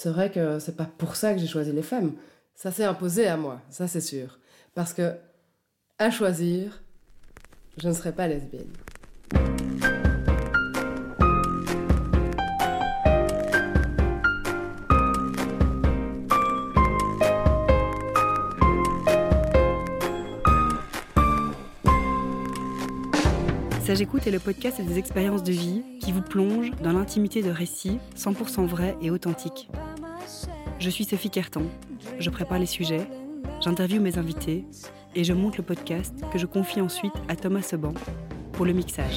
c'est vrai que c'est pas pour ça que j'ai choisi les femmes. Ça s'est imposé à moi, ça c'est sûr. Parce que, à choisir, je ne serais pas lesbienne. Ça j'écoute est le podcast des expériences de vie qui vous plonge dans l'intimité de récits 100% vrais et authentiques. Je suis Sophie Kertan, je prépare les sujets, j'interviewe mes invités et je monte le podcast que je confie ensuite à Thomas Seban pour le mixage.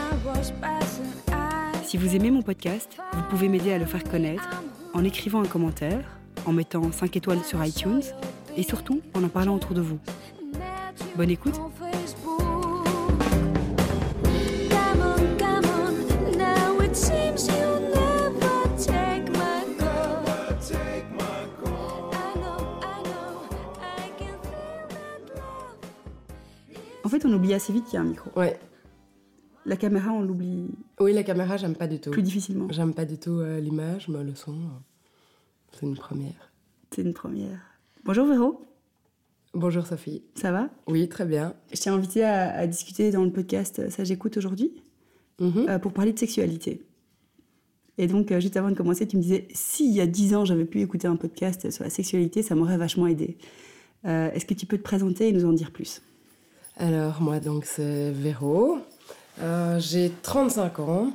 Si vous aimez mon podcast, vous pouvez m'aider à le faire connaître en écrivant un commentaire, en mettant 5 étoiles sur iTunes et surtout en en parlant autour de vous. Bonne écoute! En fait, on oublie assez vite qu'il y a un micro. Ouais. La caméra, on l'oublie. Oui, la caméra, j'aime pas du tout. Plus difficilement. J'aime pas du tout l'image, mais le son, c'est une première. C'est une première. Bonjour Véro. Bonjour Sophie. Ça va ? Oui, très bien. Je t'ai invitée à discuter dans le podcast Ça j'écoute aujourd'hui pour parler de sexualité. Et donc, juste avant de commencer, tu me disais, si il y a 10 ans, j'avais pu écouter un podcast sur la sexualité, ça m'aurait vachement aidé. Est-ce que tu peux te présenter et nous en dire plus ? Alors, moi, donc, c'est Véro. J'ai 35 ans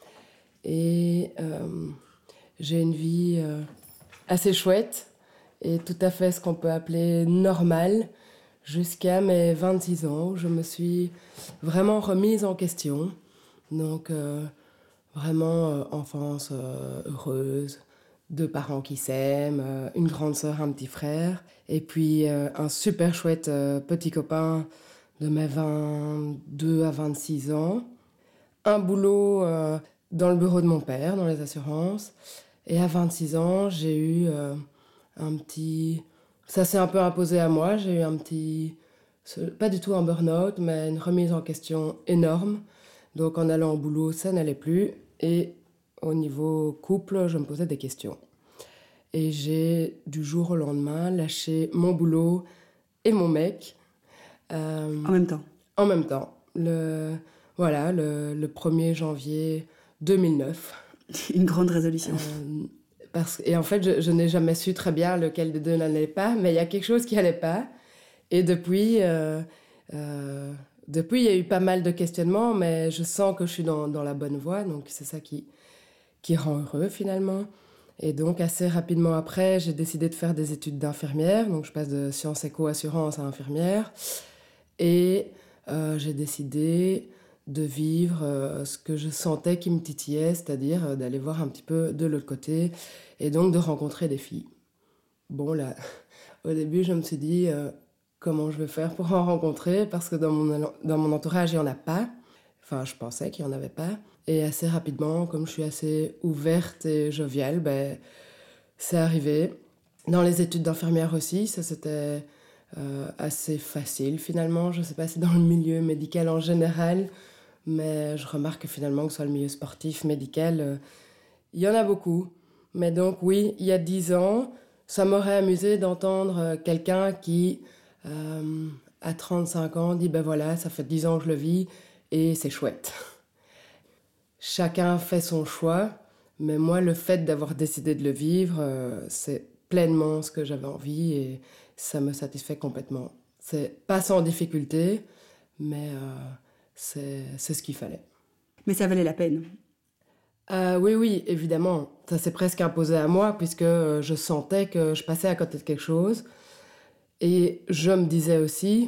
et j'ai une vie assez chouette et tout à fait ce qu'on peut appeler normale jusqu'à mes 26 ans où je me suis vraiment remise en question. Donc, vraiment enfance heureuse, 2 parents qui s'aiment, une grande sœur, un petit frère et puis un super chouette petit copain de mes 22 à 26 ans, un boulot dans le bureau de mon père, dans les assurances. Et à 26 ans, j'ai eu un petit... Ça s'est un peu imposé à moi, j'ai eu un petit... Pas du tout un burn-out, mais une remise en question énorme. Donc en allant au boulot, ça n'allait plus. Et au niveau couple, je me posais des questions. Et j'ai, du jour au lendemain, lâché mon boulot et mon mec. En même temps. En même temps. Le 1er janvier 2009. Une grande résolution. Et en fait, je n'ai jamais su très bien lequel des deux n'allait pas, mais il y a quelque chose qui n'allait pas. Et depuis, il y a eu pas mal de questionnements, mais je sens que je suis dans la bonne voie, donc c'est ça qui rend heureux finalement. Et donc, assez rapidement après, j'ai décidé de faire des études d'infirmière, donc je passe de sciences éco-assurance à infirmière. Et j'ai décidé de vivre ce que je sentais qui me titillait, c'est-à-dire d'aller voir un petit peu de l'autre côté et donc de rencontrer des filles. Bon, là, au début, je me suis dit comment je vais faire pour en rencontrer parce que dans mon entourage, il n'y en a pas. Enfin, je pensais qu'il n'y en avait pas. Et assez rapidement, comme je suis assez ouverte et joviale, c'est arrivé. Dans les études d'infirmière aussi, ça c'était... assez facile finalement, je ne sais pas si dans le milieu médical en général, mais je remarque que finalement que ce soit le milieu sportif, médical, il y en a beaucoup. Mais donc oui, il y a 10 ans, ça m'aurait amusé d'entendre quelqu'un qui, à 35 ans, dit ben voilà, ça fait 10 ans que je le vis et c'est chouette. Chacun fait son choix, mais moi le fait d'avoir décidé de le vivre, c'est pleinement ce que j'avais envie et ça me satisfait complètement. C'est pas sans difficulté, mais c'est ce qu'il fallait. Mais ça valait la peine. Oui, évidemment. Ça s'est presque imposé à moi puisque je sentais que je passais à côté de quelque chose. Et je me disais aussi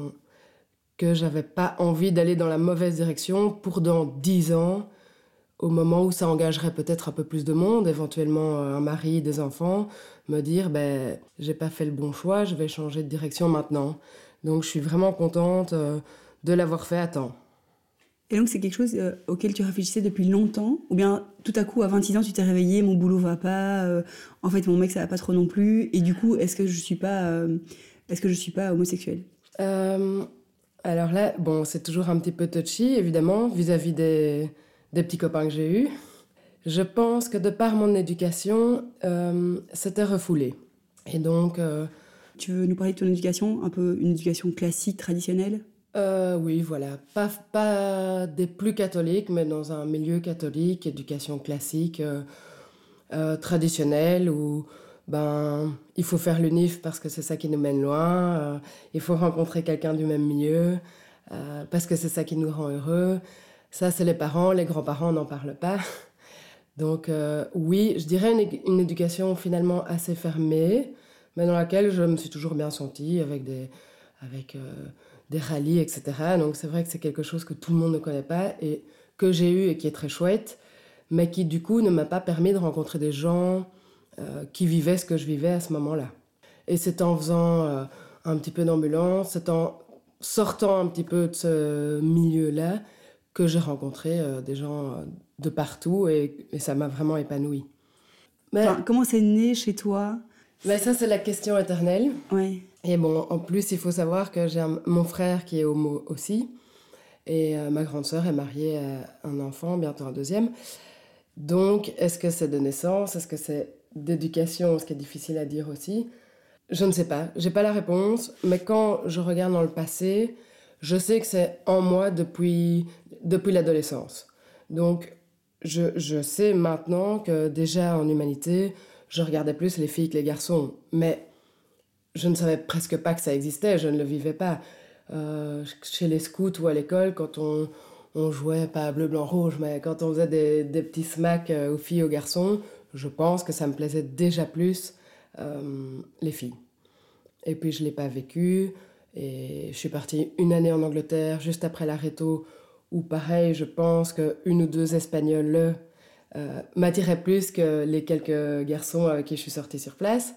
que j'avais pas envie d'aller dans la mauvaise direction pour dans 10 ans, au moment où ça engagerait peut-être un peu plus de monde, éventuellement un mari, des enfants, me dire j'ai pas fait le bon choix, je vais changer de direction maintenant. Donc je suis vraiment contente de l'avoir fait à temps. Et donc c'est quelque chose auquel tu réfléchissais depuis longtemps ? Ou bien tout à coup à 26 ans tu t'es réveillée, mon boulot va pas, en fait mon mec ça va pas trop non plus, et du coup est-ce que je suis pas homosexuelle ? Alors là, bon, c'est toujours un petit peu touchy évidemment vis-à-vis des petits copains que j'ai eus. Je pense que de par mon éducation, c'était refoulé. Et donc... Tu veux nous parler de ton éducation, un peu une éducation classique, traditionnelle ? Oui, voilà. Pas des plus catholiques, mais dans un milieu catholique, éducation classique, traditionnelle, où il faut faire l'UNIF parce que c'est ça qui nous mène loin, il faut rencontrer quelqu'un du même milieu, parce que c'est ça qui nous rend heureux. Ça, c'est les parents, les grands-parents n'en parlent pas. Donc oui, je dirais une éducation finalement assez fermée, mais dans laquelle je me suis toujours bien sentie avec des rallyes, etc. Donc c'est vrai que c'est quelque chose que tout le monde ne connaît pas et que j'ai eu et qui est très chouette, mais qui du coup ne m'a pas permis de rencontrer des gens qui vivaient ce que je vivais à ce moment-là. Et c'est en faisant un petit peu d'ambulance, c'est en sortant un petit peu de ce milieu-là que j'ai rencontré des gens de partout et ça m'a vraiment épanouie. Mais, comment c'est né chez toi ? Mais ça, c'est la question éternelle. Ouais. Et bon, en plus, il faut savoir que j'ai mon frère qui est homo aussi. Et ma grande sœur est mariée à un enfant, bientôt un deuxième. Donc, est-ce que c'est de naissance ? Est-ce que c'est d'éducation ? Ce qui est difficile à dire aussi. Je ne sais pas. J'ai pas la réponse. Mais quand je regarde dans le passé, je sais que c'est en moi depuis l'adolescence. Donc, je sais maintenant que déjà en humanité, je regardais plus les filles que les garçons. Mais je ne savais presque pas que ça existait. Je ne le vivais pas. Chez les scouts ou à l'école, quand on jouait, pas bleu, blanc, rouge, mais quand on faisait des petits smacks aux filles, aux garçons, je pense que ça me plaisait déjà plus les filles. Et puis je ne l'ai pas vécu. Et je suis partie une année en Angleterre, juste après la réto, où pareil, je pense qu'une ou deux Espagnoles m'attiraient plus que les quelques garçons avec qui je suis sortie sur place.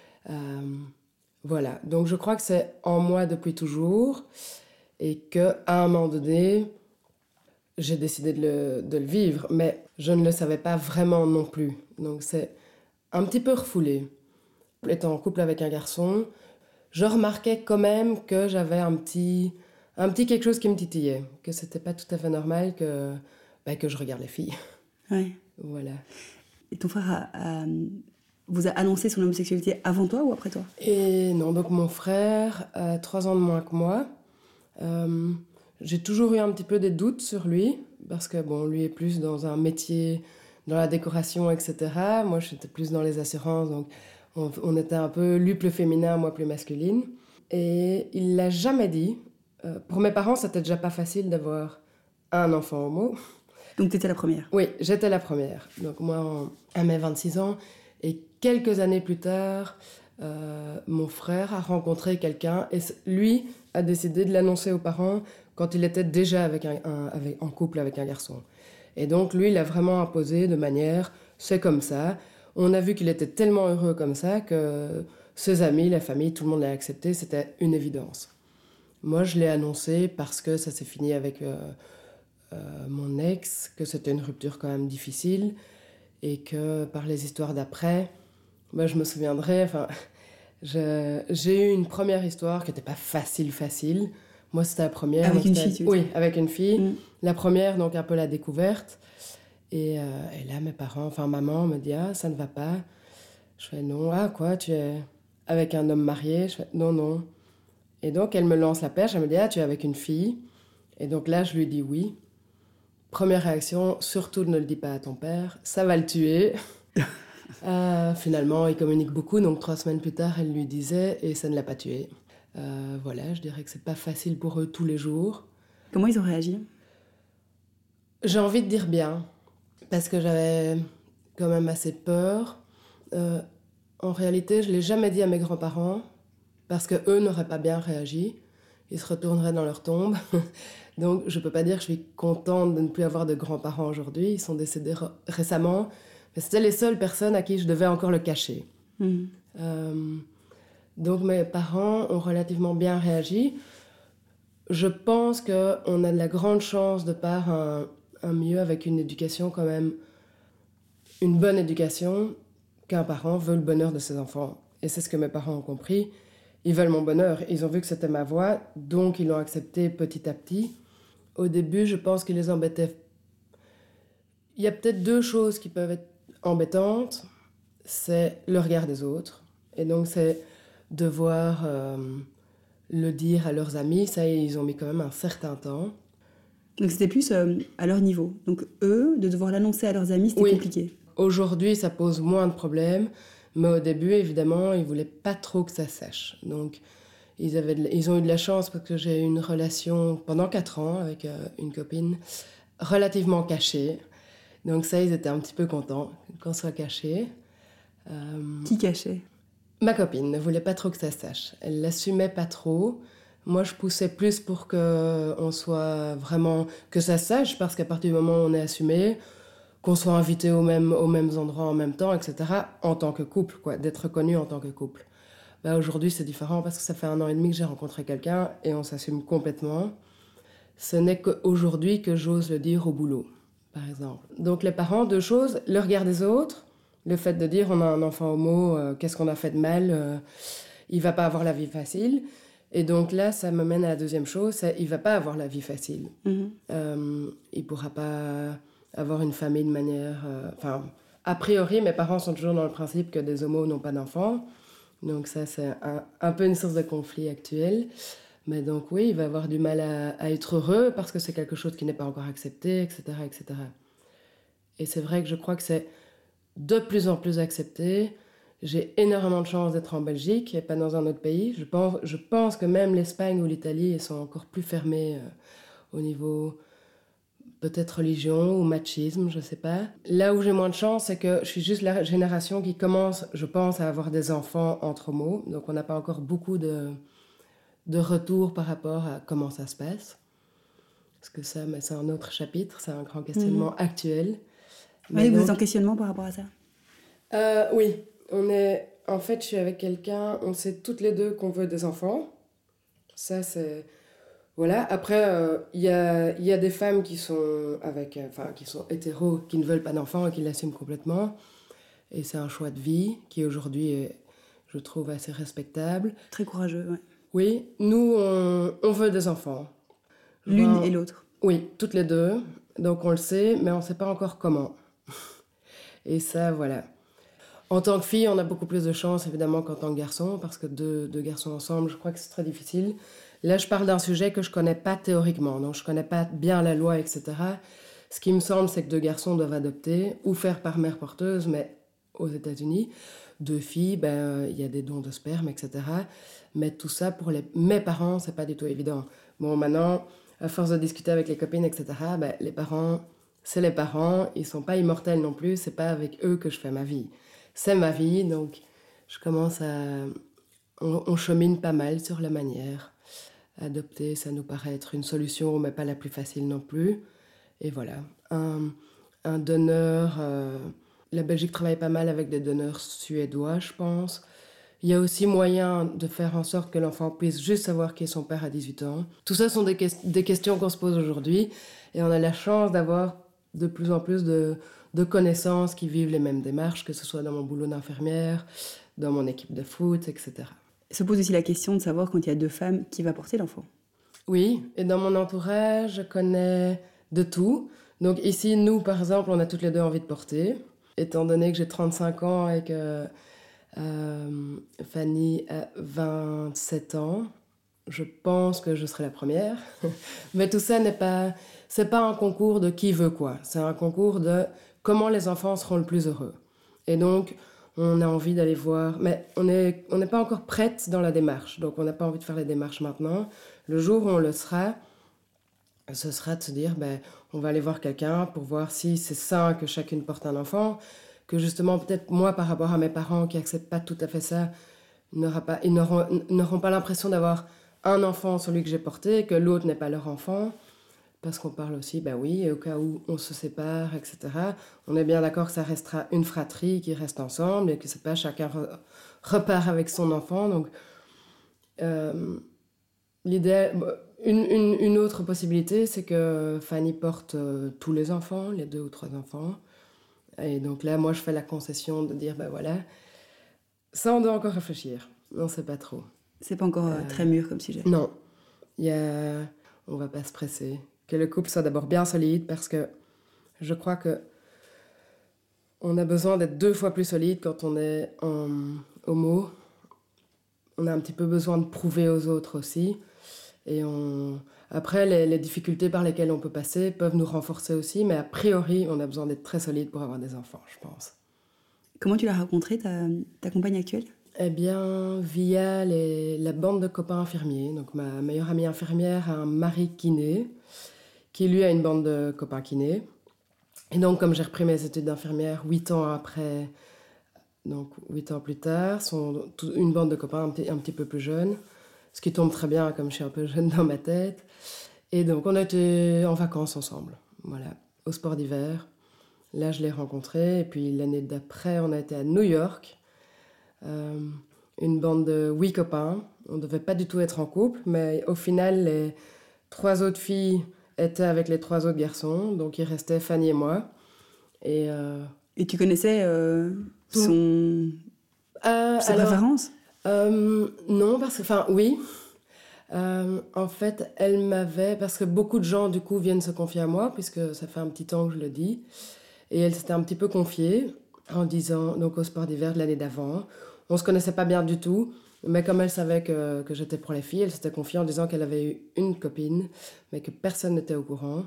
Voilà, donc je crois que c'est en moi depuis toujours et qu'à un moment donné, j'ai décidé de le vivre, mais je ne le savais pas vraiment non plus. Donc c'est un petit peu refoulé. Étant en couple avec un garçon, je remarquais quand même que j'avais un petit quelque chose qui me titillait, que c'était pas tout à fait normal que je regarde les filles. Ouais. Voilà. Et ton frère vous a annoncé son homosexualité avant toi ou après toi ? Et non, donc mon frère a 3 ans de moins que moi. J'ai toujours eu un petit peu des doutes sur lui, parce que bon, lui est plus dans un métier, dans la décoration, etc. Moi, j'étais plus dans les assurances, donc on était un peu lui plus féminin, moi plus masculine. Et il l'a jamais dit. Pour mes parents, c'était déjà pas facile d'avoir un enfant homo. Donc tu étais la première ? Oui, j'étais la première. Donc moi, à mes 26 ans, et quelques années plus tard, mon frère a rencontré quelqu'un et lui a décidé de l'annoncer aux parents quand il était déjà en couple avec un garçon. Et donc lui, il a vraiment imposé de manière, c'est comme ça. On a vu qu'il était tellement heureux comme ça que ses amis, la famille, tout le monde l'a accepté, c'était une évidence. Moi, je l'ai annoncé parce que ça s'est fini avec mon ex, que c'était une rupture quand même difficile et que par les histoires d'après, je me souviendrai, j'ai eu une première histoire qui n'était pas facile. Moi, c'était la première. Avec une fille, tu veux dire ? Oui, avec une fille. Mm. La première, donc un peu la découverte. Et là, mes parents, maman me dit « Ah, ça ne va pas ». Je fais « Non, ah quoi, tu es avec un homme marié ?» Je fais « Non. » Et donc, elle me lance la perche, elle me dit « Ah, tu es avec une fille ?» Et donc là, je lui dis « Oui ». Première réaction, surtout ne le dis pas à ton père, ça va le tuer. Finalement, il communique beaucoup, donc 3 semaines plus tard, elle lui disait et ça ne l'a pas tué. Voilà, je dirais que c'est pas facile pour eux tous les jours. Comment ils ont réagi ? J'ai envie de dire bien, parce que j'avais quand même assez peur. En réalité, je l'ai jamais dit à mes grands-parents, parce qu'eux n'auraient pas bien réagi. Ils se retourneraient dans leur tombe. Donc, je peux pas dire que je suis contente de ne plus avoir de grands-parents aujourd'hui. Ils sont décédés récemment. Mais c'était les seules personnes à qui je devais encore le cacher. Mm. Donc mes parents ont relativement bien réagi. Je pense qu'on a de la grande chance de par un milieu avec une éducation quand même, une bonne éducation, qu'un parent veut le bonheur de ses enfants. Et c'est ce que mes parents ont compris. Ils veulent mon bonheur. Ils ont vu que c'était ma voie, donc ils l'ont accepté petit à petit. Au début, je pense qu'ils les embêtaient. Il y a peut-être 2 choses qui peuvent être embêtantes. C'est le regard des autres. Et donc, c'est devoir le dire à leurs amis. Ça, ils ont mis quand même un certain temps. Donc c'était plus à leur niveau. Donc eux, de devoir l'annoncer à leurs amis, c'était compliqué. Aujourd'hui, ça pose moins de problèmes. Mais au début, évidemment, ils ne voulaient pas trop que ça sache. Donc, ils ont eu de la chance parce que j'ai eu une relation pendant 4 ans avec une copine relativement cachée. Donc ça, ils étaient un petit peu contents qu'on soit cachés. Qui cachait ? Ma copine ne voulait pas trop que ça sache. Elle l'assumait pas trop. Moi, je poussais plus pour qu'on soit vraiment... que ça sache, parce qu'à partir du moment où on est assumé, qu'on soit invité aux mêmes endroits en même temps, etc., en tant que couple, quoi, d'être reconnu en tant que couple. Bah, aujourd'hui, c'est différent parce que ça fait 1 an et demi que j'ai rencontré quelqu'un et on s'assume complètement. Ce n'est qu'aujourd'hui que j'ose le dire au boulot, par exemple. Donc les parents, 2 choses, le regard des autres, le fait de dire on a un enfant homo, qu'est-ce qu'on a fait de mal, il va pas avoir la vie facile. Et donc là, ça me mène à la deuxième chose, c'est il va pas avoir la vie facile. Il pourra pas avoir une famille de manière... a priori, mes parents sont toujours dans le principe que des homos n'ont pas d'enfants. Donc ça, c'est un peu une source de conflit actuel. Mais donc oui, il va avoir du mal à être heureux parce que c'est quelque chose qui n'est pas encore accepté, etc., etc. Et c'est vrai que je crois que c'est de plus en plus accepté. J'ai énormément de chance d'être en Belgique et pas dans un autre pays. Je pense que même l'Espagne ou l'Italie sont encore plus fermés au niveau peut-être religion ou machisme, je sais pas. Là où j'ai moins de chance, c'est que je suis juste la génération qui commence, je pense, à avoir des enfants entre homos. Donc on n'a pas encore beaucoup de retour par rapport à comment ça se passe. Parce que ça, mais c'est un autre chapitre, c'est un grand questionnement actuel. Oui, vous êtes en questionnement par rapport à ça ? Oui, en fait, je suis avec quelqu'un, on sait toutes les deux qu'on veut des enfants. Ça, c'est... Voilà. Après, il y a des femmes qui sont qui sont hétéros, qui ne veulent pas d'enfants et qui l'assument complètement. Et c'est un choix de vie qui, aujourd'hui, est, je trouve, assez respectable. Très courageux, oui. Oui, nous, on veut des enfants. L'une et l'autre. Oui, toutes les deux. Donc, on le sait, mais on ne sait pas encore comment. Et ça, voilà. En tant que fille, on a beaucoup plus de chance, évidemment, qu'en tant que garçon, parce que deux garçons ensemble, je crois que c'est très difficile. Là, je parle d'un sujet que je ne connais pas théoriquement, donc je ne connais pas bien la loi, etc. Ce qui me semble, c'est que 2 garçons doivent adopter ou faire par mère porteuse, mais aux États-Unis. 2 filles, il y a des dons de sperme, etc. Mais tout ça, pour mes parents, ce n'est pas du tout évident. Bon, maintenant, à force de discuter avec les copines, etc., les parents, c'est les parents, ils ne sont pas immortels non plus, ce n'est pas avec eux que je fais ma vie. C'est ma vie, donc je commence à... On chemine pas mal sur la manière. Adopter, ça nous paraît être une solution, mais pas la plus facile non plus. Et voilà, un donneur... La Belgique travaille pas mal avec des donneurs suédois, je pense. Il y a aussi moyen de faire en sorte que l'enfant puisse juste savoir qui est son père à 18 ans. Tout ça sont des questions qu'on se pose aujourd'hui. Et on a la chance d'avoir de plus en plus de connaissances qui vivent les mêmes démarches, que ce soit dans mon boulot d'infirmière, dans mon équipe de foot, etc. Se pose aussi la question de savoir, quand il y a 2 femmes, qui va porter l'enfant. Oui, et dans mon entourage, je connais de tout. Donc ici, nous, par exemple, on a toutes les 2 envie de porter. Étant donné que j'ai 35 ans et que Fanny a 27 ans, je pense que je serai la première. Mais tout ça c'est pas un concours de qui veut quoi. C'est un concours de comment les enfants seront le plus heureux. Et donc, on a envie d'aller voir... Mais on n'est pas encore prête dans la démarche. Donc, on n'a pas envie de faire les démarches maintenant. Le jour où on le sera, ce sera de se dire, on va aller voir quelqu'un pour voir si c'est sain que chacune porte un enfant, que justement, peut-être moi, par rapport à mes parents qui n'acceptent pas tout à fait ça, ils n'auront pas l'impression d'avoir un enfant, celui que j'ai porté, et que l'autre n'est pas leur enfant. Parce qu'on parle aussi, oui, au cas où on se sépare, etc. On est bien d'accord que ça restera une fratrie qui reste ensemble et que c'est pas chacun repart avec son enfant. Donc, l'idée, une autre possibilité, c'est que Fanny porte tous les enfants, les 2 ou 3 enfants. Et donc là, moi, je fais la concession de dire, voilà, ça, on doit encore réfléchir. On ne sait pas trop. C'est pas encore très mûr comme sujet. Non. On va pas se presser. Que le couple soit d'abord bien solide, parce que je crois que On a besoin d'être 2 fois plus solide quand on est homo. On a un petit peu besoin de prouver aux autres aussi. Et après, les difficultés par lesquelles on peut passer peuvent nous renforcer aussi, mais a priori, on a besoin d'être très solide pour avoir des enfants, je pense. Comment tu l'as rencontrée, ta compagne actuelle ? Eh bien, via la bande de copains infirmiers. Donc, ma meilleure amie infirmière a un mari kiné, qui lui a une bande de copains kinés. Et donc, comme j'ai repris mes études d'infirmière 8 ans après, donc 8 ans plus tard, une bande de copains un petit peu plus jeunes, ce qui tombe très bien comme je suis un peu jeune dans ma tête. Et donc, on a été en vacances ensemble, voilà, au sport d'hiver. Là, je l'ai rencontré. Et puis, l'année d'après, on a été à New York. Une bande de 8 copains. On ne devait pas du tout être en couple, mais au final, les 3 autres filles étaient avec les 3 autres garçons. Donc, il restait Fanny et moi. Et tu connaissais ses préférences ? Non, parce que... Enfin, oui. En fait, elle m'avait... Parce que beaucoup de gens, du coup, viennent se confier à moi, puisque ça fait un petit temps que je le dis. Et elle s'était un petit peu confiée en disant, donc au sport d'hiver de l'année d'avant. On ne se connaissait pas bien du tout, mais comme elle savait que j'étais pour les filles, elle s'était confiée en disant qu'elle avait eu une copine, mais que personne n'était au courant.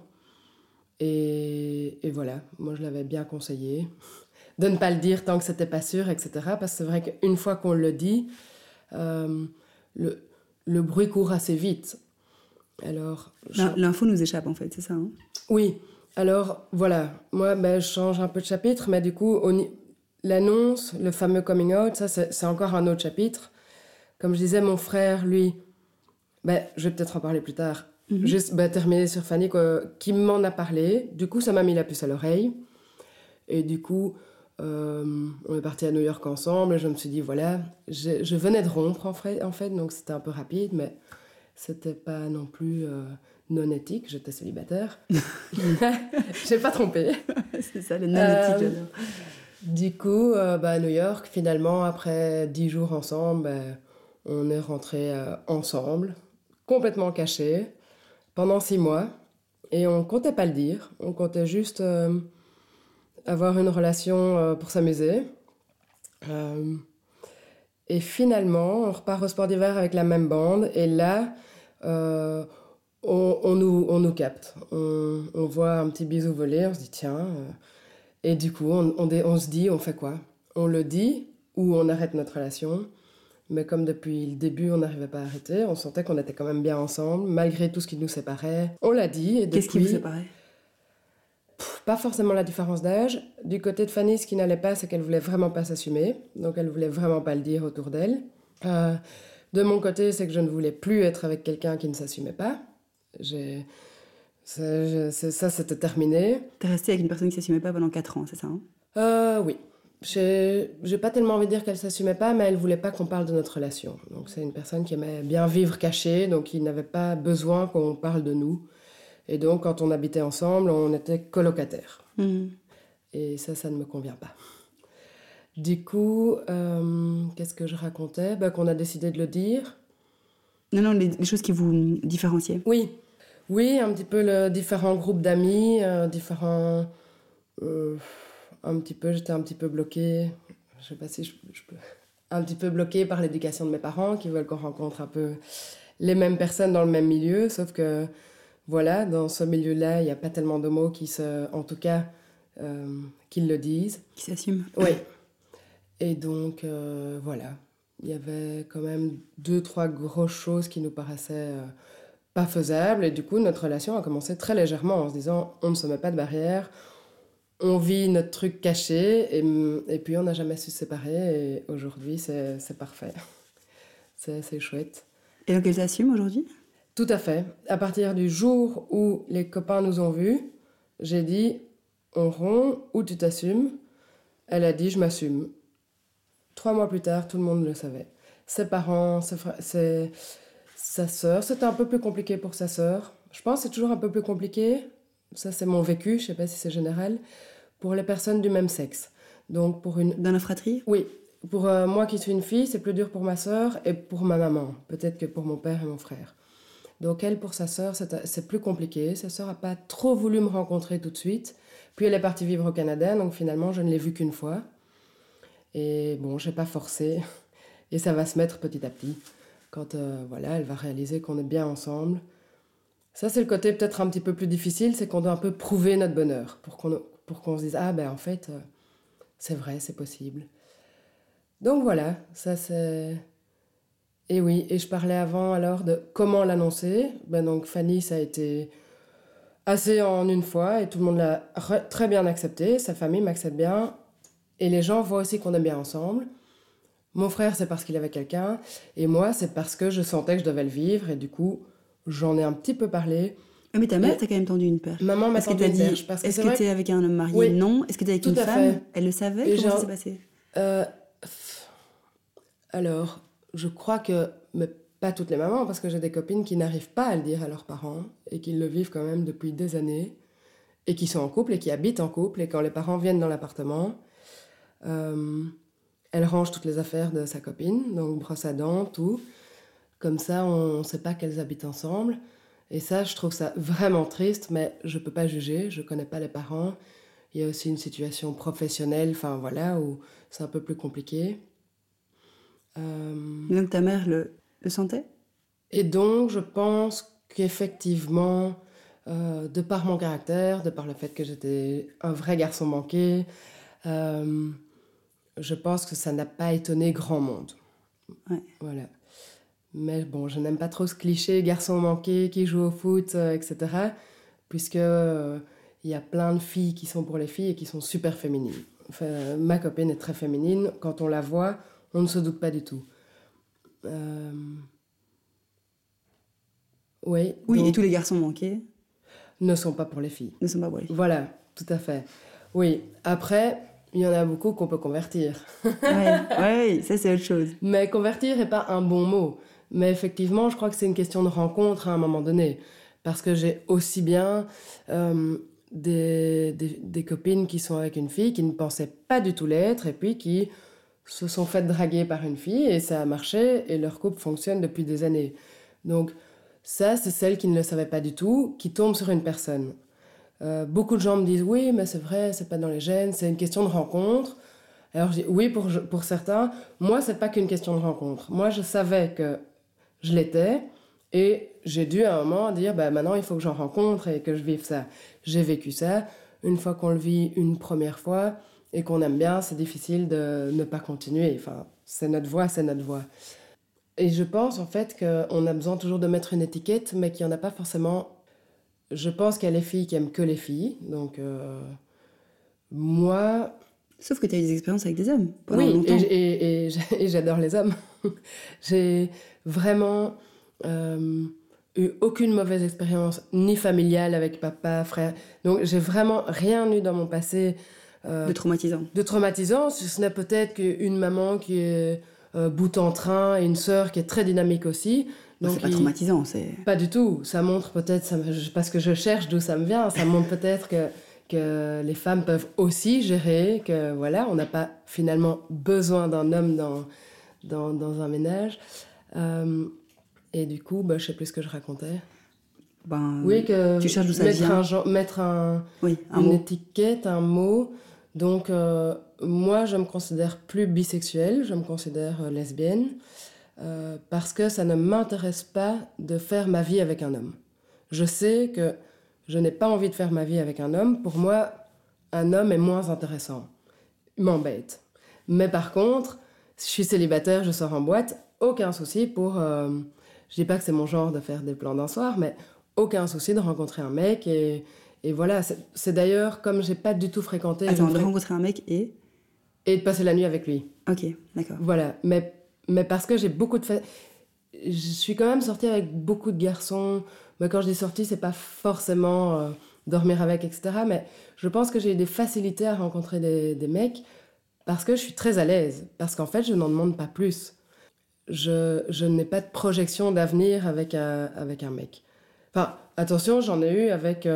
Et voilà, moi je l'avais bien conseillé de ne pas le dire tant que c'était pas sûr, etc. Parce que c'est vrai qu'une fois qu'on le dit, le bruit court assez vite. Alors, l'info nous échappe en fait, c'est ça, hein ? Oui. Alors, voilà, moi, je change un peu de chapitre, mais du coup, l'annonce, le fameux coming out, ça, c'est encore un autre chapitre. Comme je disais, mon frère, lui, je vais peut-être en parler plus tard, juste terminer sur Fanny, qui m'en a parlé. Du coup, ça m'a mis la puce à l'oreille. Et du coup, on est partis à New York ensemble, et je me suis dit, voilà, je venais de rompre, en fait, donc c'était un peu rapide, mais c'était pas non plus... non éthique, j'étais célibataire. J'ai pas trompé. C'est ça, le non éthique, j'adore. Du coup, à New York, finalement, après 10 jours ensemble, on est rentrés ensemble, complètement cachés, pendant 6 mois. Et on comptait pas le dire, on comptait juste avoir une relation pour s'amuser. Et finalement, on repart au sport d'hiver avec la même bande. Et là... On nous capte, on voit un petit bisou voler, on se dit tiens, et du coup on se dit on fait quoi ? On le dit ou on arrête notre relation, mais comme depuis le début on n'arrivait pas à arrêter, on sentait qu'on était quand même bien ensemble, malgré tout ce qui nous séparait. On l'a dit et depuis... Qu'est-ce qui vous séparait ? Pas forcément la différence d'âge. Du côté de Fanny, ce qui n'allait pas, c'est qu'elle voulait vraiment pas s'assumer, donc elle voulait vraiment pas le dire autour d'elle. De mon côté, c'est que je ne voulais plus être avec quelqu'un qui ne s'assumait pas. Ça, c'était terminé. T'es restée avec une personne qui ne s'assumait pas pendant 4 ans, c'est ça, hein ? Oui. J'ai pas tellement envie de dire qu'elle s'assumait pas, mais elle voulait pas qu'on parle de notre relation. Donc c'est une personne qui aimait bien vivre cachée, donc il n'avait pas besoin qu'on parle de nous. Et donc quand on habitait ensemble, on était colocataires. Et ça ne me convient pas. Du coup, qu'est-ce que je racontais ? Qu'on a décidé de le dire. Non, les choses qui vous différenciaient. Oui, un petit peu le différents groupes d'amis, j'étais un petit peu bloquée, je sais pas si je peux, un petit peu bloquée par l'éducation de mes parents qui veulent qu'on rencontre un peu les mêmes personnes dans le même milieu, sauf que voilà, dans ce milieu-là, il n'y a pas tellement de mots qui le disent. Qui s'assument. Oui. Et donc, voilà, il y avait quand même 2-3 grosses choses qui nous paraissaient... pas faisable, et du coup notre relation a commencé très légèrement en se disant on ne se met pas de barrière, on vit notre truc caché et puis on n'a jamais su se séparer et aujourd'hui c'est parfait, c'est chouette. Et donc elle s'assume aujourd'hui ? Tout à fait. À partir du jour où les copains nous ont vus, j'ai dit on rompt ou tu t'assumes. Elle a dit je m'assume. 3 mois plus tard, tout le monde le savait. Ses parents, sa sœur, c'était un peu plus compliqué pour sa sœur. Je pense que c'est toujours un peu plus compliqué, ça c'est mon vécu, je sais pas si c'est général, pour les personnes du même sexe. Donc pour une... Dans la fratrie ? Oui. Pour moi qui suis une fille, c'est plus dur pour ma sœur et pour ma maman, peut-être que pour mon père et mon frère. Donc elle, pour sa sœur, c'est plus compliqué. Sa sœur n'a pas trop voulu me rencontrer tout de suite Puis elle est partie vivre au Canada, donc finalement, je ne l'ai vue qu'une fois. Et bon, je n'ai pas forcé. Et ça va se mettre petit à petit. Quand elle va réaliser qu'on est bien ensemble. Ça, c'est le côté peut-être un petit peu plus difficile, c'est qu'on doit un peu prouver notre bonheur pour qu'on se dise « Ah, ben en fait, c'est vrai, c'est possible. » Donc voilà, ça c'est... Et oui, et je parlais avant alors de comment l'annoncer. Donc Fanny, ça a été assez en une fois et tout le monde l'a très bien accepté. Sa famille m'accepte bien et les gens voient aussi qu'on est bien ensemble. Mon frère, c'est parce qu'il avait quelqu'un et moi, c'est parce que je sentais que je devais le vivre et du coup, j'en ai un petit peu parlé. Mais ta mère t'a quand même tendu une perche. Maman m'a tendu une perche. Est-ce que t'es avec un homme marié? Oui. Non. Est-ce que t'es avec une femme? Elle le savait? Comment ça s'est passé? Alors, je crois que, mais pas toutes les mamans, parce que j'ai des copines qui n'arrivent pas à le dire à leurs parents et qui le vivent quand même depuis des années et qui sont en couple et qui habitent en couple et quand les parents viennent dans l'appartement, elle range toutes les affaires de sa copine, donc brosse à dents, tout. Comme ça, on ne sait pas qu'elles habitent ensemble. Et ça, je trouve ça vraiment triste, mais je ne peux pas juger, je ne connais pas les parents. Il y a aussi une situation professionnelle, enfin voilà, où c'est un peu plus compliqué. Donc ta mère le sentait? Et donc, je pense qu'effectivement, de par mon caractère, de par le fait que j'étais un vrai garçon manqué, je pense que ça n'a pas étonné grand monde. Ouais. Voilà. Mais bon, je n'aime pas trop ce cliché garçon manqué qui joue au foot, etc. Puisque il y a plein de filles qui sont pour les filles et qui sont super féminines. Enfin, ma copine est très féminine. Quand on la voit, on ne se doute pas du tout. Oui, et tous les garçons manqués ne sont pas pour les filles. Ne sont pas pour les filles. Voilà, tout à fait. Oui, après, il y en a beaucoup qu'on peut convertir. Oui, ça c'est autre chose. Mais convertir n'est pas un bon mot. Mais effectivement, je crois que c'est une question de rencontre à un moment donné. Parce que j'ai aussi bien des copines qui sont avec une fille qui ne pensaient pas du tout l'être et puis qui se sont faites draguer par une fille et ça a marché et leur couple fonctionne depuis des années. Donc ça, c'est celles qui ne le savaient pas du tout, qui tombent sur une personne. Beaucoup de gens me disent « Oui, mais c'est vrai, c'est pas dans les gènes, c'est une question de rencontre. » Alors je dis « Oui, pour certains. Moi, c'est pas qu'une question de rencontre. Moi, je savais que je l'étais et j'ai dû à un moment dire « Maintenant, il faut que j'en rencontre et que je vive ça. » J'ai vécu ça. Une fois qu'on le vit une première fois et qu'on aime bien, c'est difficile de ne pas continuer. Enfin, c'est notre voie, c'est notre voie. Et je pense en fait qu'on a besoin toujours de mettre une étiquette, mais qu'il n'y en a pas forcément. Je pense qu'il y a les filles qui aiment que les filles. Donc, moi... Sauf que tu as eu des expériences avec des hommes pendant oui, longtemps. Et j'adore les hommes. J'ai vraiment eu aucune mauvaise expérience, ni familiale avec papa, frère. Donc, j'ai vraiment rien eu dans mon passé... de traumatisant. De traumatisant, ce n'est peut-être qu'une maman qui est bout en train et une sœur qui est très dynamique aussi. Donc, c'est pas traumatisant, c'est... Pas du tout. Ça montre peut-être, parce que je cherche d'où ça me vient, ça montre peut-être que les femmes peuvent aussi gérer, que voilà, on n'a pas finalement besoin d'un homme dans un ménage. Et du coup, je sais plus ce que je racontais. Oui, que tu cherches d'où ça vient. Mettre une étiquette, un mot. Donc, moi, je me considère plus bisexuelle, je me considère lesbienne, parce que ça ne m'intéresse pas de faire ma vie avec un homme. Je sais que je n'ai pas envie de faire ma vie avec un homme. Pour moi, un homme est moins intéressant. Il m'embête. Mais par contre, si je suis célibataire, je sors en boîte, aucun souci pour... je dis pas que c'est mon genre de faire des plans d'un soir, mais aucun souci de rencontrer un mec et voilà, c'est d'ailleurs comme j'ai pas du tout fréquenté... Attends, de rencontrer un mec et de passer la nuit avec lui. Ok, d'accord. Voilà, mais parce que j'ai beaucoup de... Je suis quand même sortie avec beaucoup de garçons. Mais quand je dis sortie, c'est pas forcément dormir avec, etc. Mais je pense que j'ai eu des facilités à rencontrer des mecs parce que je suis très à l'aise. Parce qu'en fait, je n'en demande pas plus. Je n'ai pas de projection d'avenir avec un mec. Enfin, attention, j'en ai eu avec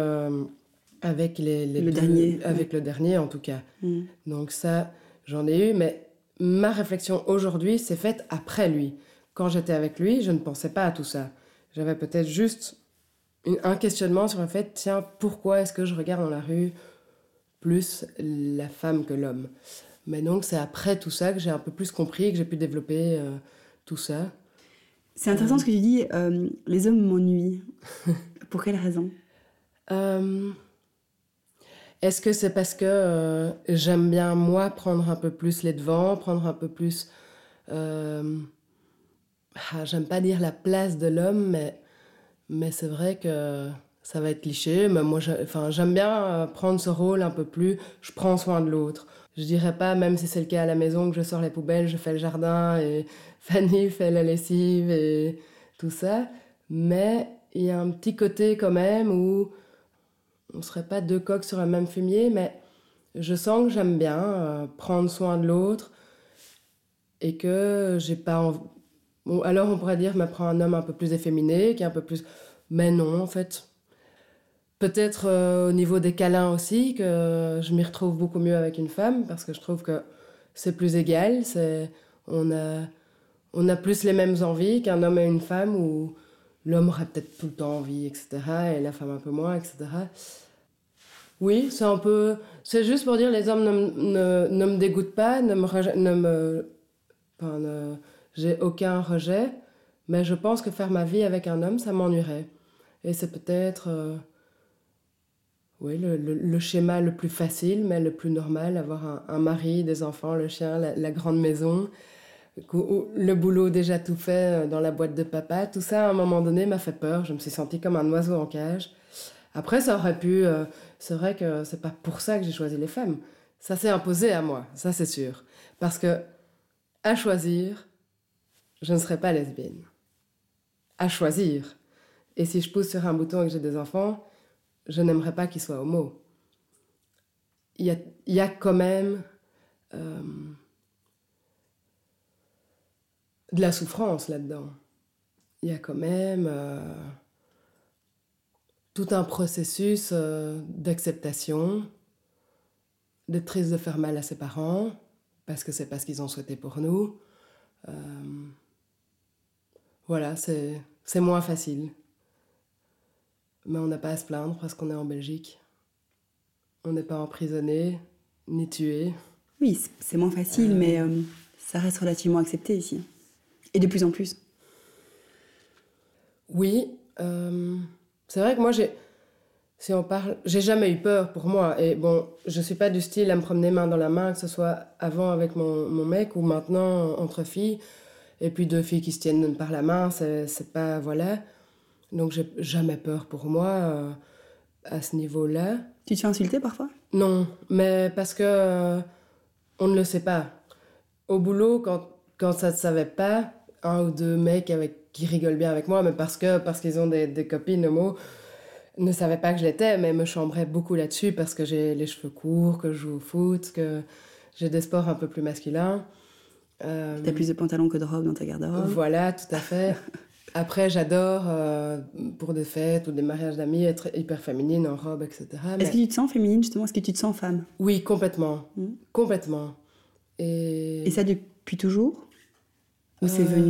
le dernier. Avec le dernier, en tout cas. Donc ça, j'en ai eu, mais ma réflexion aujourd'hui s'est faite après lui. Quand j'étais avec lui, je ne pensais pas à tout ça. J'avais peut-être juste un questionnement sur le fait, tiens, pourquoi est-ce que je regarde dans la rue plus la femme que l'homme. Mais donc c'est après tout ça que j'ai un peu plus compris, que j'ai pu développer tout ça. C'est intéressant ce que tu dis, les hommes m'ennuient. Pour quelle raison ? Est-ce que c'est parce que j'aime bien, moi, prendre un peu plus les devants, prendre un peu plus... j'aime pas dire la place de l'homme, mais c'est vrai que ça va être cliché. Mais moi, j'aime bien prendre ce rôle un peu plus... Je prends soin de l'autre. Je dirais pas, même si c'est le cas à la maison, que je sors les poubelles, je fais le jardin et Fanny fait la lessive et tout ça. Mais il y a un petit côté quand même où on serait pas deux coqs sur un même fumier, mais je sens que j'aime bien prendre soin de l'autre et que j'ai pas envie... Bon, alors on pourrait dire, me prends un homme un peu plus efféminé, qui est un peu plus... Mais non, en fait... Peut-être au niveau des câlins aussi, que je m'y retrouve beaucoup mieux avec une femme, parce que je trouve que c'est plus égal, on a plus les mêmes envies qu'un homme et une femme, où l'homme aurait peut-être tout le temps envie, etc., et la femme un peu moins, etc. Oui, c'est un peu... C'est juste pour dire, les hommes ne me dégoûtent pas, j'ai aucun rejet, mais je pense que faire ma vie avec un homme, ça m'ennuierait. Et c'est peut-être... Oui, le schéma le plus facile, mais le plus normal, avoir un mari, des enfants, le chien, la grande maison, le boulot déjà tout fait dans la boîte de papa, tout ça à un moment donné m'a fait peur, je me suis sentie comme un oiseau en cage. Après ça aurait pu, c'est vrai que c'est pas pour ça que j'ai choisi les femmes, ça s'est imposé à moi, ça c'est sûr. Parce que, à choisir, je ne serais pas lesbienne. À choisir. Et si je pousse sur un bouton et que j'ai des enfants, je n'aimerais pas qu'ils soient homo. Il y a quand même de la souffrance là-dedans. Il y a quand même tout un processus d'acceptation, d'être triste de faire mal à ses parents, parce que c'est pas ce qu'ils ont souhaité pour nous. Voilà, c'est moins facile. Mais on n'a pas à se plaindre parce qu'on est en Belgique. On n'est pas emprisonné, ni tué. Oui, c'est moins facile, mais ça reste relativement accepté ici. Et de plus en plus. Oui, c'est vrai que moi, si on parle, j'ai jamais eu peur pour moi. Et bon, je suis pas du style à me promener main dans la main, que ce soit avant avec mon mec ou maintenant entre filles. Et puis deux filles qui se tiennent par la main, c'est pas... Voilà. Donc j'ai jamais peur pour moi à ce niveau-là. Tu te fais insulter parfois ? Non, mais parce que on ne le sait pas. Au boulot, quand ça ne savait pas, un ou deux mecs qui rigolent bien avec moi, mais parce qu'ils ont des copines homo, ne savaient pas que je l'étais, mais me chambraient beaucoup là-dessus parce que j'ai les cheveux courts, que je joue au foot, que j'ai des sports un peu plus masculins. T'as plus de pantalons que de robes dans ta garde-robe. Voilà, tout à fait. Après, j'adore, pour des fêtes ou des mariages d'amis, être hyper féminine en robe, etc. Est-ce que tu te sens féminine, justement ? Est-ce que tu te sens femme ? Oui, complètement. Complètement. Et ça depuis toujours ? Ou c'est venu ?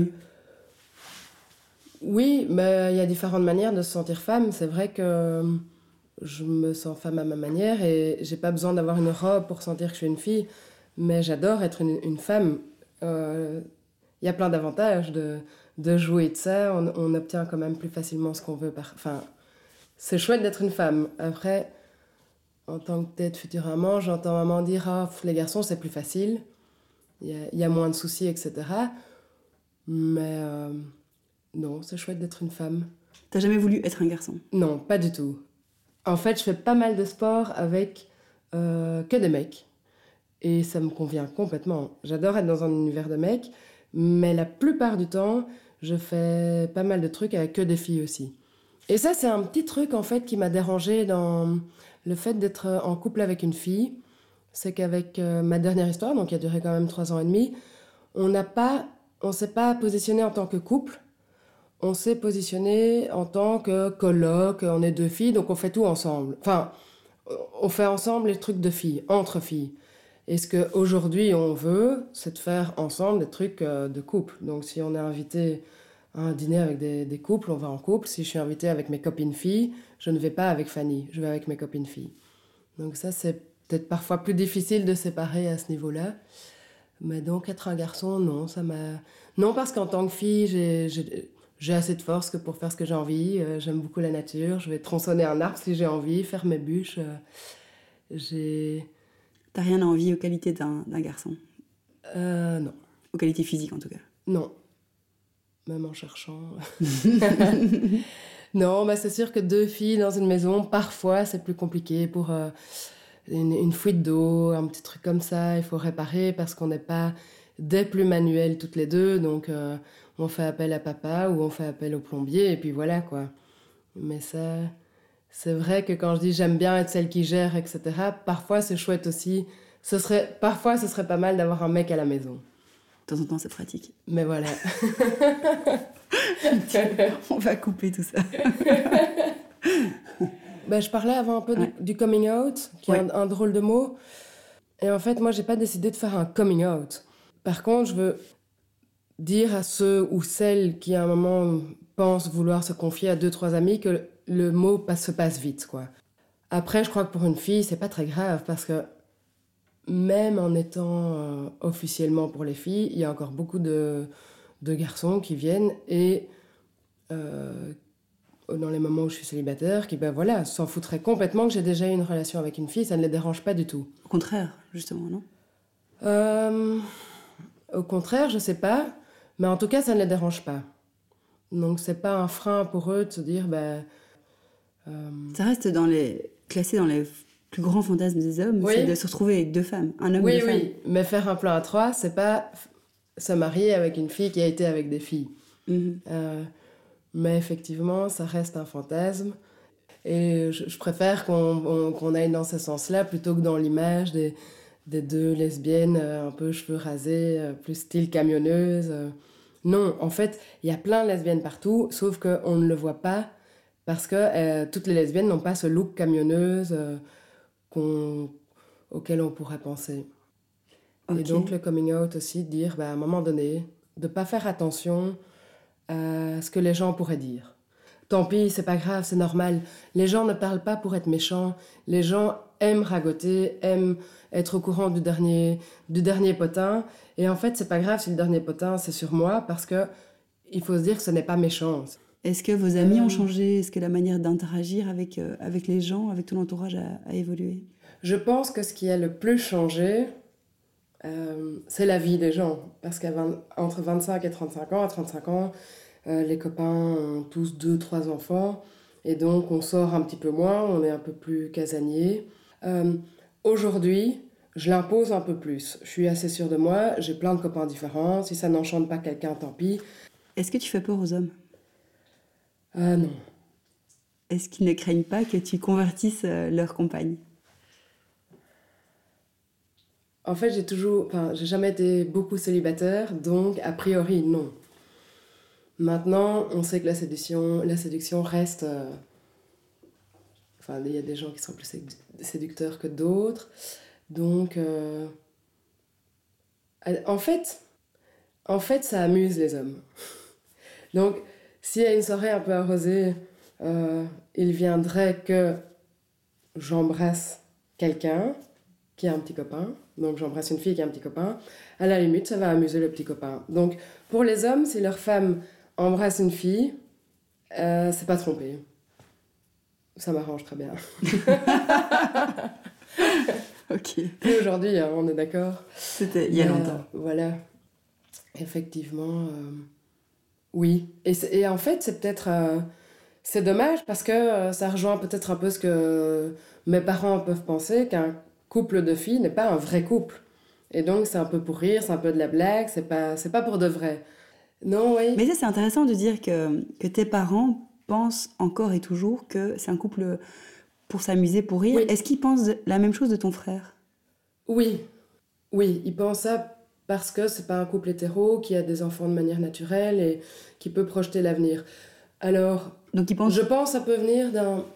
Oui, mais il y a différentes manières de se sentir femme. C'est vrai que je me sens femme à ma manière et j'ai pas besoin d'avoir une robe pour sentir que je suis une fille. Mais j'adore être une femme. Il y a plein d'avantages de jouer de ça. On obtient quand même plus facilement ce qu'on veut. Enfin, c'est chouette d'être une femme. Après, en tant que peut-être future maman, j'entends maman dire « Ah, les garçons, c'est plus facile. Il y a moins de soucis, etc. » Mais non, c'est chouette d'être une femme. T'as jamais voulu être un garçon ? Non, pas du tout. En fait, je fais pas mal de sport avec que des mecs. Et ça me convient complètement. J'adore être dans un univers de mecs, mais la plupart du temps, je fais pas mal de trucs avec que des filles aussi. Et ça, c'est un petit truc, en fait, qui m'a dérangée dans le fait d'être en couple avec une fille. C'est qu'avec ma dernière histoire, donc qui a duré quand même 3 ans et demi, on s'est pas positionné en tant que couple. On s'est positionné en tant que coloc, on est 2 filles, donc on fait tout ensemble. Enfin, on fait ensemble les trucs de filles, entre filles. Et ce qu'aujourd'hui on veut, c'est de faire ensemble des trucs de couple. Donc si on est invité à un dîner avec des couples, on va en couple. Si je suis invitée avec mes copines filles, je ne vais pas avec Fanny, je vais avec mes copines filles. Donc ça, c'est peut-être parfois plus difficile de séparer à ce niveau-là. Mais donc, être un garçon, non, ça m'a... Non, parce qu'en tant que fille, j'ai assez de force que pour faire ce que j'ai envie. J'aime beaucoup la nature. Je vais tronçonner un arbre si j'ai envie, faire mes bûches. T'as rien à envier aux qualités d'un garçon? Non. Aux qualités physiques, en tout cas. Non. Même en cherchant. Non, mais c'est sûr que 2 filles dans une maison, parfois, c'est plus compliqué pour une fuite d'eau, un petit truc comme ça. Il faut réparer parce qu'on n'est pas des plus manuelles toutes les deux. Donc, on fait appel à papa ou on fait appel au plombier. Et puis voilà, quoi. Mais ça, c'est vrai que quand je dis j'aime bien être celle qui gère, etc., parfois, c'est chouette aussi. Parfois, ce serait pas mal d'avoir un mec à la maison. De temps en temps, c'est pratique. Mais voilà. On va couper tout ça. Je parlais avant un peu du coming out, qui est un drôle de mot. Et en fait, moi, j'ai pas décidé de faire un coming out. Par contre, je veux dire à ceux ou celles qui, à un moment, pensent vouloir se confier à 2-3 amis que le mot se passe vite, quoi. Après, je crois que pour une fille, c'est pas très grave, parce que même en étant officiellement pour les filles, il y a encore beaucoup de garçons qui viennent et dans les moments où je suis célibataire, qui s'en foutraient complètement que j'ai déjà eu une relation avec une fille, ça ne les dérange pas du tout. Au contraire, justement, non? Au contraire, je sais pas, mais en tout cas, ça ne les dérange pas. Donc, c'est pas un frein pour eux de se dire... Ça reste classé dans les plus grands fantasmes des hommes, c'est de se retrouver avec 2 femmes, un homme et 2 femmes. Oui, mais faire un plan à 3, c'est pas se marier avec une fille qui a été avec des filles. Mais effectivement, ça reste un fantasme. Et je préfère qu'on aille dans ce sens-là plutôt que dans l'image des 2 lesbiennes un peu cheveux rasés, plus style camionneuse. Non, en fait, il y a plein de lesbiennes partout, sauf qu'on ne le voit pas parce que toutes les lesbiennes n'ont pas ce look camionneuse auquel on pourrait penser. Okay. Et donc, le coming out aussi, de dire, à un moment donné, de ne pas faire attention à ce que les gens pourraient dire. Tant pis, c'est pas grave, c'est normal. Les gens ne parlent pas pour être méchants. Les gens aiment ragoter, aiment être au courant du dernier potin. Et en fait, c'est pas grave si le dernier potin, c'est sur moi, parce que il faut se dire que ce n'est pas méchant. Est-ce que vos amis ont changé? Est-ce que la manière d'interagir avec les gens, avec ton entourage a évolué? Je pense que ce qui a le plus changé, c'est la vie des gens. Parce qu'entre 25 et 35 ans, à 35 ans, les copains ont tous 2-3 enfants. Et donc, on sort un petit peu moins, on est un peu plus casanier. Aujourd'hui, je l'impose un peu plus. Je suis assez sûre de moi, j'ai plein de copains différents. Si ça n'enchante pas quelqu'un, tant pis. Est-ce que tu fais peur aux hommes? Non. Est-ce qu'ils ne craignent pas que tu convertisses leur compagne? En fait, j'ai jamais été beaucoup célibataire, donc a priori, non. Maintenant, on sait que la séduction reste... il y a des gens qui sont plus séducteurs que d'autres. Donc, en fait, ça amuse les hommes. Donc, s'il y a une soirée un peu arrosée, il viendrait que j'embrasse quelqu'un qui a un petit copain. Donc, j'embrasse une fille qui a un petit copain. À la limite, ça va amuser le petit copain. Donc, pour les hommes, si leur femme embrasse une fille, c'est pas trompé. Ça m'arrange très bien. Ok. Et aujourd'hui, on est d'accord. C'était il y a longtemps. Voilà. Effectivement, oui. Et en fait, c'est peut-être... c'est dommage parce que ça rejoint peut-être un peu ce que mes parents peuvent penser, qu'un couple de filles n'est pas un vrai couple. Et donc, c'est un peu pour rire, c'est un peu de la blague, c'est pas pour de vrai. Non, oui. Mais ça, c'est intéressant de dire que tes parents pensent encore et toujours que c'est un couple pour s'amuser, pour rire. Oui. Est-ce qu'ils pensent la même chose de ton frère? Oui, ils pensent ça parce que c'est pas un couple hétéro qui a des enfants de manière naturelle et qui peut projeter l'avenir. Alors, donc, je pense que ça peut venir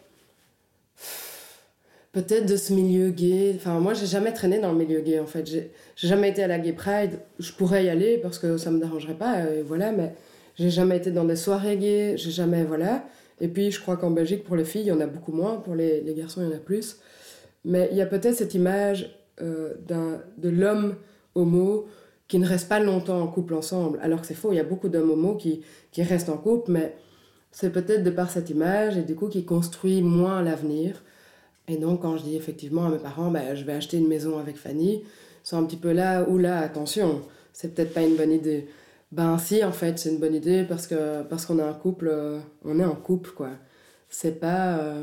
peut-être de ce milieu gay. Enfin, moi, j'ai jamais traîné dans le milieu gay, en fait. J'ai jamais été à la Gay Pride. Je pourrais y aller parce que ça me dérangerait pas, voilà, mais j'ai jamais été dans des soirées gays, j'ai jamais, voilà. Et puis, je crois qu'en Belgique, pour les filles, il y en a beaucoup moins. Pour les garçons, il y en a plus. Mais il y a peut-être cette image de l'homme homo qui ne reste pas longtemps en couple ensemble, alors que c'est faux, il y a beaucoup d'hommes homo qui restent en couple, mais c'est peut-être de par cette image et du coup qui construit moins l'avenir. Et donc quand je dis effectivement à mes parents, je vais acheter une maison avec Fanny, c'est un petit peu là, oula, attention, c'est peut-être pas une bonne idée. Ben si, en fait, c'est une bonne idée parce qu'on est un couple, on est en couple, quoi. C'est pas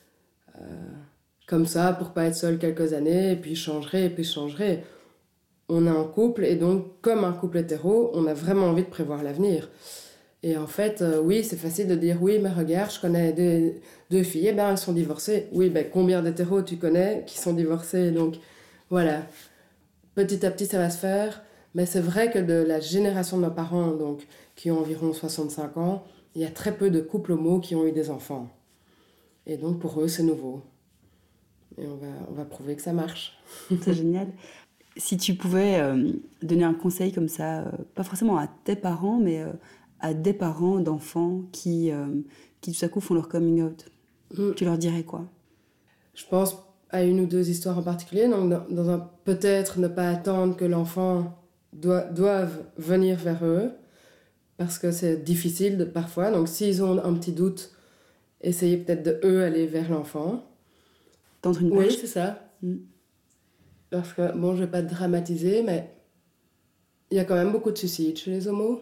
comme ça pour pas être seul quelques années, et puis je changerai, et puis je changerai. On est en couple, et donc, comme un couple hétéro, on a vraiment envie de prévoir l'avenir. Et en fait, oui, c'est facile de dire, oui, mais regarde, je connais deux filles, elles sont divorcées. Oui, combien d'hétéros tu connais qui sont divorcés? Donc, voilà. Petit à petit, ça va se faire. Mais c'est vrai que de la génération de nos parents, donc, qui ont environ 65 ans, il y a très peu de couples homo qui ont eu des enfants. Et donc, pour eux, c'est nouveau. Et on va prouver que ça marche. C'est génial. Si tu pouvais donner un conseil comme ça, pas forcément à tes parents, mais à des parents d'enfants qui tout à coup font leur coming out, tu leur dirais quoi? Je pense à une ou deux histoires en particulier. Donc, peut-être ne pas attendre que l'enfant doive venir vers eux, parce que c'est difficile parfois. Donc, s'ils ont un petit doute, essayer peut-être de eux aller vers l'enfant. Tendre une perche. Oui, c'est ça. Parce que, bon, je vais pas dramatiser, mais il y a quand même beaucoup de suicides chez les homos.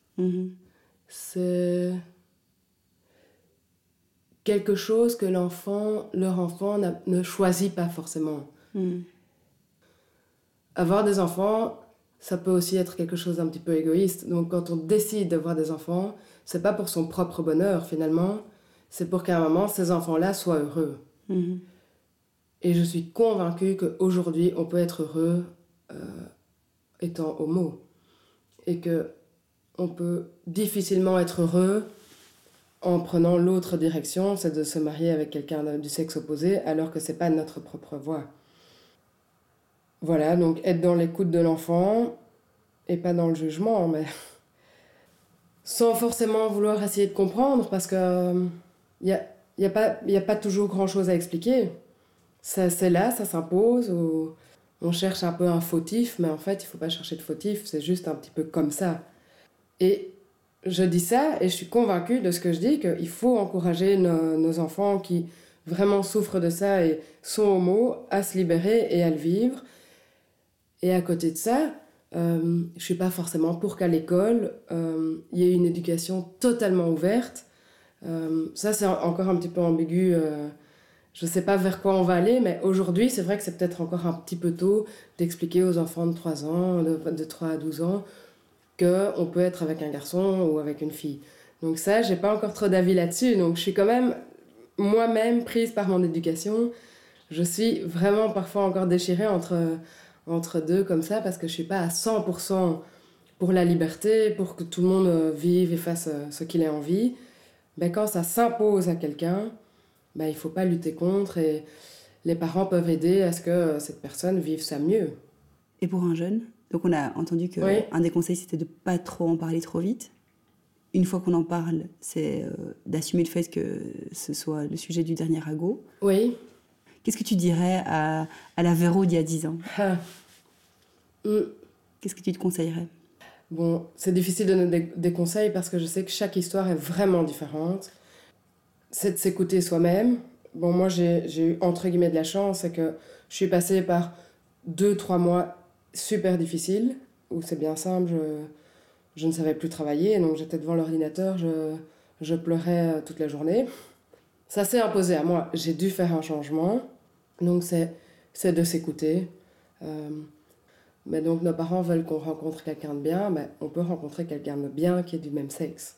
C'est quelque chose que leur enfant ne choisit pas forcément. Avoir des enfants, ça peut aussi être quelque chose d'un petit peu égoïste. Donc quand on décide d'avoir des enfants, c'est pas pour son propre bonheur finalement, c'est pour qu'à un moment, ces enfants-là soient heureux. Et je suis convaincue qu'aujourd'hui, on peut être heureux étant homo. Et qu'on peut difficilement être heureux en prenant l'autre direction, c'est de se marier avec quelqu'un du sexe opposé, alors que c'est pas notre propre voie. Voilà, donc être dans l'écoute de l'enfant, et pas dans le jugement, mais sans forcément vouloir essayer de comprendre, parce que y a pas toujours grand-chose à expliquer. C'est là, ça s'impose, ou on cherche un peu un fautif, mais en fait, il faut pas chercher de fautif, c'est juste un petit peu comme ça. Et je dis ça, et je suis convaincue de ce que je dis, qu'il faut encourager nos enfants qui vraiment souffrent de ça et sont homo à se libérer et à le vivre. Et à côté de ça, je suis pas forcément pour qu'à l'école, il y ait une éducation totalement ouverte. Ça, c'est encore un petit peu ambigu. Je sais pas vers quoi on va aller, mais aujourd'hui, c'est vrai que c'est peut-être encore un petit peu tôt d'expliquer aux enfants de 3 ans, de 3 à 12 ans, qu'on peut être avec un garçon ou avec une fille. Donc ça, j'ai pas encore trop d'avis là-dessus. Donc je suis quand même moi-même prise par mon éducation. Je suis vraiment parfois encore déchirée entre deux comme ça, parce que je suis pas à 100% pour la liberté, pour que tout le monde vive et fasse ce qu'il a envie. Ben, quand ça s'impose à quelqu'un, ben, il faut pas lutter contre, et les parents peuvent aider à ce que cette personne vive ça mieux. Et pour un jeune, donc on a entendu que un des conseils, c'était de pas trop en parler trop vite. Une fois qu'on en parle, c'est d'assumer le fait que ce soit le sujet du dernier ago. Oui. Qu'est-ce que tu dirais à la Véro d'il y a 10 ans? Qu'est-ce que tu te conseillerais? Bon, c'est difficile de donner des conseils parce que je sais que chaque histoire est vraiment différente. C'est de s'écouter soi-même. Bon, moi, j'ai eu entre guillemets de la chance, c'est que je suis passée par 2-3 mois super difficiles, où c'est bien simple, je ne savais plus travailler, donc j'étais devant l'ordinateur, je pleurais toute la journée. Ça s'est imposé à moi, j'ai dû faire un changement, donc c'est de s'écouter. Mais donc nos parents veulent qu'on rencontre quelqu'un de bien, mais on peut rencontrer quelqu'un de bien qui est du même sexe.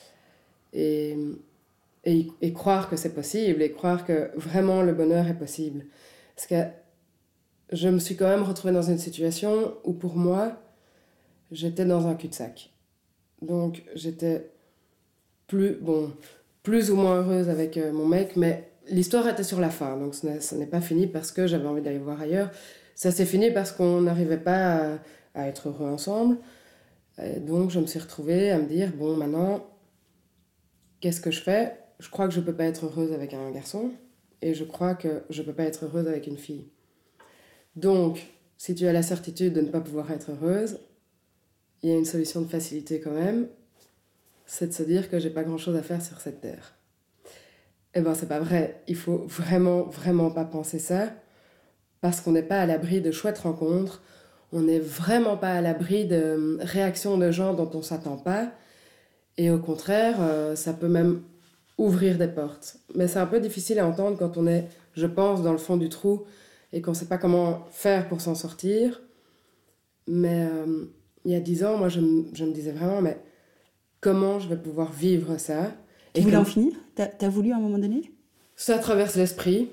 Et croire que c'est possible, et croire que vraiment le bonheur est possible. Parce que je me suis quand même retrouvée dans une situation où pour moi, j'étais dans un cul-de-sac. Donc j'étais plus ou moins heureuse avec mon mec, mais l'histoire était sur la fin, donc ce n'est pas fini parce que j'avais envie d'aller voir ailleurs. Ça s'est fini parce qu'on n'arrivait pas à être heureux ensemble. Et donc je me suis retrouvée à me dire, bon, maintenant, qu'est-ce que je fais? Je crois que je peux pas être heureuse avec un garçon. et je crois que je ne peux pas être heureuse avec une fille. Donc, si tu as la certitude de ne pas pouvoir être heureuse, il y a une solution de facilité quand même, c'est de se dire que j'ai pas grand-chose à faire sur cette terre. Eh ben, c'est pas vrai. Il faut vraiment, vraiment pas penser ça, parce qu'on n'est pas à l'abri de chouettes rencontres, on n'est vraiment pas à l'abri de réactions de gens dont on s'attend pas, et au contraire, ça peut même ouvrir des portes. Mais c'est un peu difficile à entendre quand on est, je pense, dans le fond du trou, et qu'on sait pas comment faire pour s'en sortir. Mais il y a 10 ans, moi, je me disais vraiment, mais comment je vais pouvoir vivre ça? Tu voulais en finir? T'as voulu à un moment donné? Ça traverse l'esprit,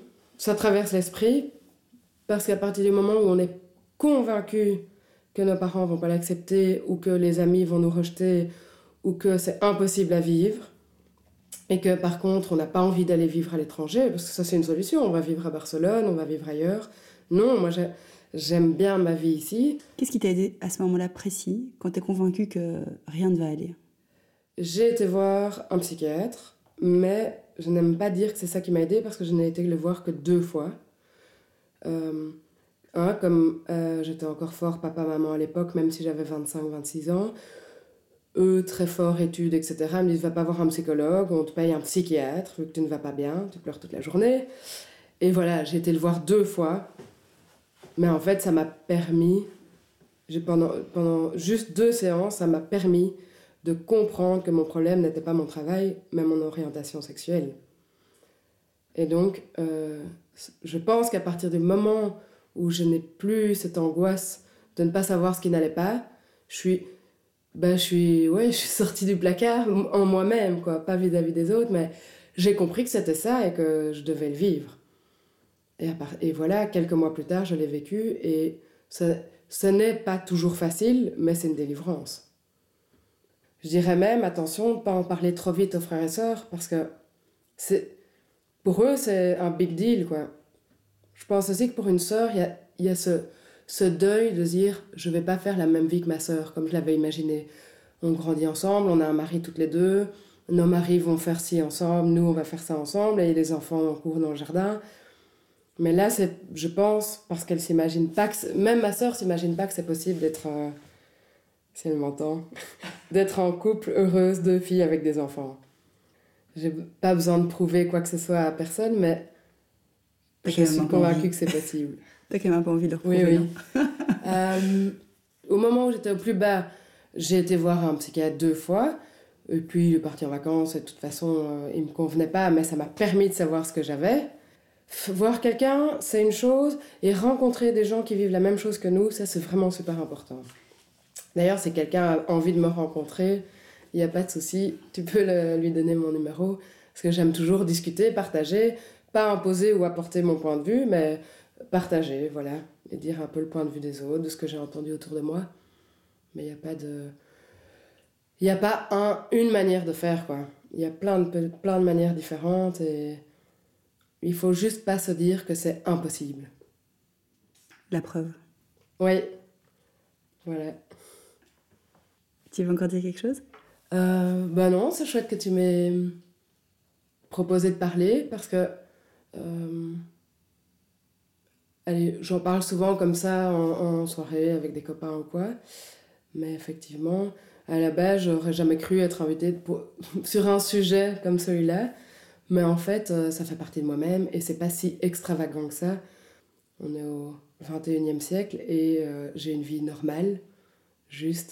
parce qu'à partir du moment où on est convaincu que nos parents vont pas l'accepter, ou que les amis vont nous rejeter, ou que c'est impossible à vivre, et que par contre on n'a pas envie d'aller vivre à l'étranger, parce que ça c'est une solution, on va vivre à Barcelone, on va vivre ailleurs. Non, moi j'aime bien ma vie ici. Qu'est-ce qui t'a aidé à ce moment-là précis, quand t'es convaincu que rien ne va aller? J'ai été voir un psychiatre, mais je n'aime pas dire que c'est ça qui m'a aidé, parce que je n'ai été le voir que 2 fois. Comme j'étais encore fort papa-maman à l'époque, même si j'avais 25-26 ans, eux, très forts, études, etc., me disent « va pas voir un psychologue, on te paye un psychiatre, vu que tu ne vas pas bien, tu pleures toute la journée ». Et voilà, j'ai été le voir 2 fois, mais en fait, ça m'a permis, pendant juste 2 séances, ça m'a permis de comprendre que mon problème n'était pas mon travail, mais mon orientation sexuelle. Et donc, je pense qu'à partir du moment où je n'ai plus cette angoisse de ne pas savoir ce qui n'allait pas, je suis sortie du placard en moi-même, quoi, pas vis-à-vis des autres, mais j'ai compris que c'était ça et que je devais le vivre. Et voilà, quelques mois plus tard, je l'ai vécu, et ce n'est pas toujours facile, mais c'est une délivrance. Je dirais même, attention, de ne pas en parler trop vite aux frères et sœurs, parce que pour eux, c'est un big deal, quoi. Je pense aussi que pour une sœur, il y a ce deuil de se dire « je ne vais pas faire la même vie que ma sœur », comme je l'avais imaginé. On grandit ensemble, on a un mari toutes les deux, nos maris vont faire ci ensemble, nous on va faire ça ensemble, et les enfants courent dans le jardin. Mais là, je pense, parce qu'elle s'imagine pas que... Même ma sœur s'imagine pas que c'est possible d'être... si elle m'entend, d'être en couple heureuse, 2 filles avec des enfants. J'ai pas besoin de prouver quoi que ce soit à personne, mais je suis convaincue que c'est possible. T'as quand même pas envie de le reprouver. Oui. Au moment où j'étais au plus bas, j'ai été voir un psychiatre 2 fois, et puis il est parti en vacances, et de toute façon, il me convenait pas, mais ça m'a permis de savoir ce que j'avais. Voir quelqu'un, c'est une chose, et rencontrer des gens qui vivent la même chose que nous, ça c'est vraiment super important. D'ailleurs, si quelqu'un a envie de me rencontrer, il n'y a pas de souci, tu peux lui donner mon numéro, parce que j'aime toujours discuter, partager, pas imposer ou apporter mon point de vue, mais partager, voilà, et dire un peu le point de vue des autres, de ce que j'ai entendu autour de moi. Mais il n'y a pas une manière de faire, quoi. Il y a plein de manières différentes, et il faut juste pas se dire que c'est impossible. La preuve. Oui, voilà. Tu veux encore dire quelque chose? Non, c'est chouette que tu m'aies proposé de parler, parce que j'en parle souvent comme ça en soirée avec des copains ou quoi, mais effectivement, à la base, j'aurais jamais cru être invitée sur un sujet comme celui-là, mais en fait, ça fait partie de moi-même, et c'est pas si extravagant que ça. On est au 21e siècle, et j'ai une vie normale, juste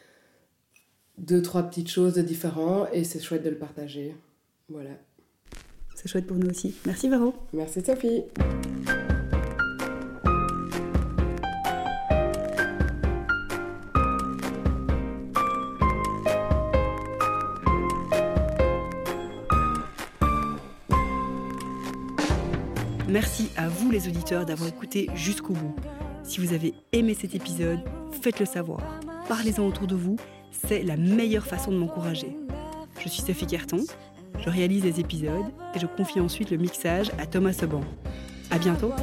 2-3 petites choses de différents, et c'est chouette de le partager. Voilà. C'est chouette pour nous aussi. Merci Vero. Merci Sophie. Merci à vous les auditeurs d'avoir écouté jusqu'au bout. Si vous avez aimé cet épisode, faites-le savoir. Parlez-en autour de vous, c'est la meilleure façon de m'encourager. Je suis Sophie Carton, je réalise les épisodes et je confie ensuite le mixage à Thomas Seban. À bientôt.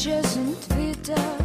Stitches und wieder